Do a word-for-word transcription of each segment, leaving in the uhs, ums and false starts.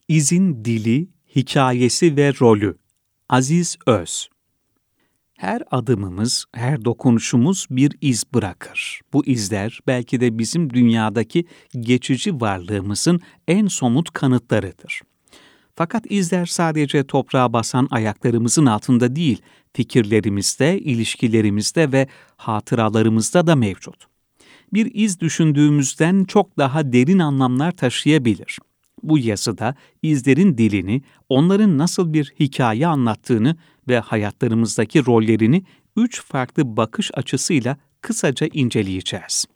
İzin dili, hikayesi ve rolü. Aziz Öz. Her adımımız, her dokunuşumuz bir iz bırakır. Bu izler belki de bizim dünyadaki geçici varlığımızın en somut kanıtlarıdır. Fakat izler sadece toprağa basan ayaklarımızın altında değil, fikirlerimizde, ilişkilerimizde ve hatıralarımızda da mevcut. Bir iz düşündüğümüzden çok daha derin anlamlar taşıyabilir. Bu yazıda izlerin dilini, onların nasıl bir hikaye anlattığını ve hayatlarımızdaki rollerini üç farklı bakış açısıyla kısaca inceleyeceğiz.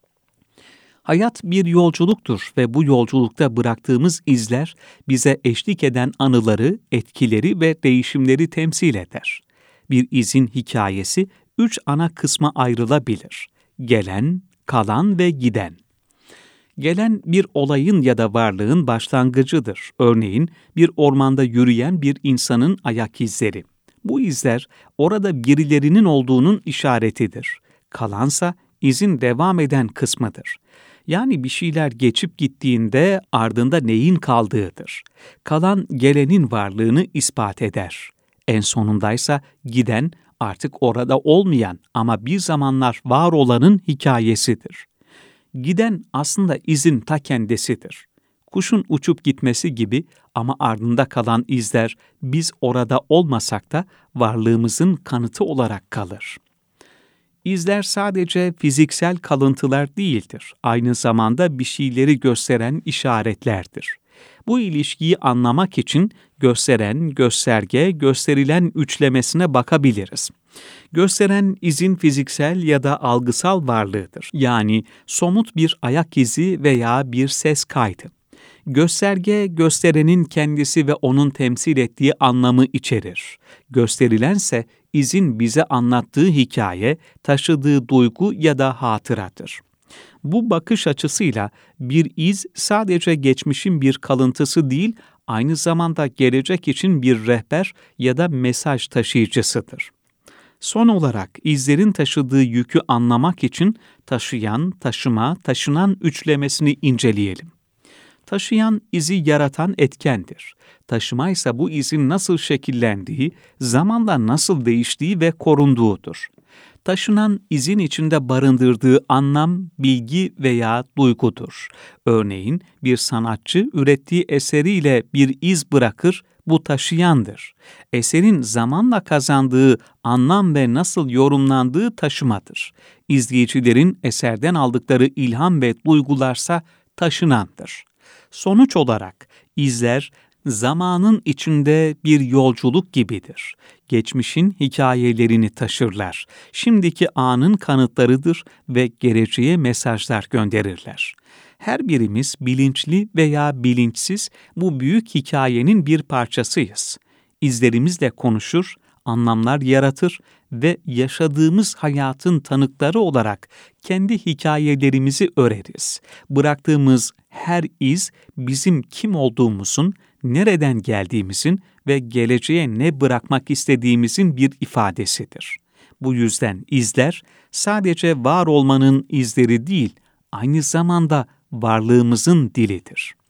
Hayat bir yolculuktur ve bu yolculukta bıraktığımız izler bize eşlik eden anıları, etkileri ve değişimleri temsil eder. Bir izin hikayesi üç ana kısma ayrılabilir: gelen, kalan ve giden. Gelen bir olayın ya da varlığın başlangıcıdır. Örneğin bir ormanda yürüyen bir insanın ayak izleri. Bu izler orada birilerinin olduğunun işaretidir. Kalansa izin devam eden kısmıdır. Yani bir şeyler geçip gittiğinde ardında neyin kaldığıdır. Kalan gelenin varlığını ispat eder. En sonundaysa giden artık orada olmayan ama bir zamanlar var olanın hikayesidir. Giden aslında izin ta kendisidir. Kuşun uçup gitmesi gibi ama ardında kalan izler biz orada olmasak da varlığımızın kanıtı olarak kalır. İzler sadece fiziksel kalıntılar değildir. Aynı zamanda bir şeyleri gösteren işaretlerdir. Bu ilişkiyi anlamak için gösteren, gösterge, gösterilen üçlemesine bakabiliriz. Gösteren izin fiziksel ya da algısal varlığıdır. Yani somut bir ayak izi veya bir ses kaydı. Gösterge, gösterenin kendisi ve onun temsil ettiği anlamı içerir. Gösterilense izin bize anlattığı hikaye, taşıdığı duygu ya da hatıradır. Bu bakış açısıyla bir iz sadece geçmişin bir kalıntısı değil, aynı zamanda gelecek için bir rehber ya da mesaj taşıyıcısıdır. Son olarak izlerin taşıdığı yükü anlamak için taşıyan, taşıma, taşınan üçlemesini inceleyelim. Taşıyan izi yaratan etkendir. Taşıma ise bu izin nasıl şekillendiği, zamanla nasıl değiştiği ve korunduğudur. Taşınan izin içinde barındırdığı anlam, bilgi veya duygudur. Örneğin bir sanatçı ürettiği eseriyle bir iz bırakır, bu taşıyandır. Eserin zamanla kazandığı anlam ve nasıl yorumlandığı taşımadır. İzleyicilerin eserden aldıkları ilham ve duygularsa taşınandır. Sonuç olarak izler zamanın içinde bir yolculuk gibidir. Geçmişin hikayelerini taşırlar. Şimdiki anın kanıtlarıdır ve geleceğe mesajlar gönderirler. Her birimiz bilinçli veya bilinçsiz bu büyük hikayenin bir parçasıyız. İzlerimizle konuşur, anlamlar yaratır ve yaşadığımız hayatın tanıkları olarak kendi hikayelerimizi öreriz. Bıraktığımız her iz bizim kim olduğumuzun, nereden geldiğimizin ve geleceğe ne bırakmak istediğimizin bir ifadesidir. Bu yüzden izler sadece var olmanın izleri değil, aynı zamanda varlığımızın dilidir.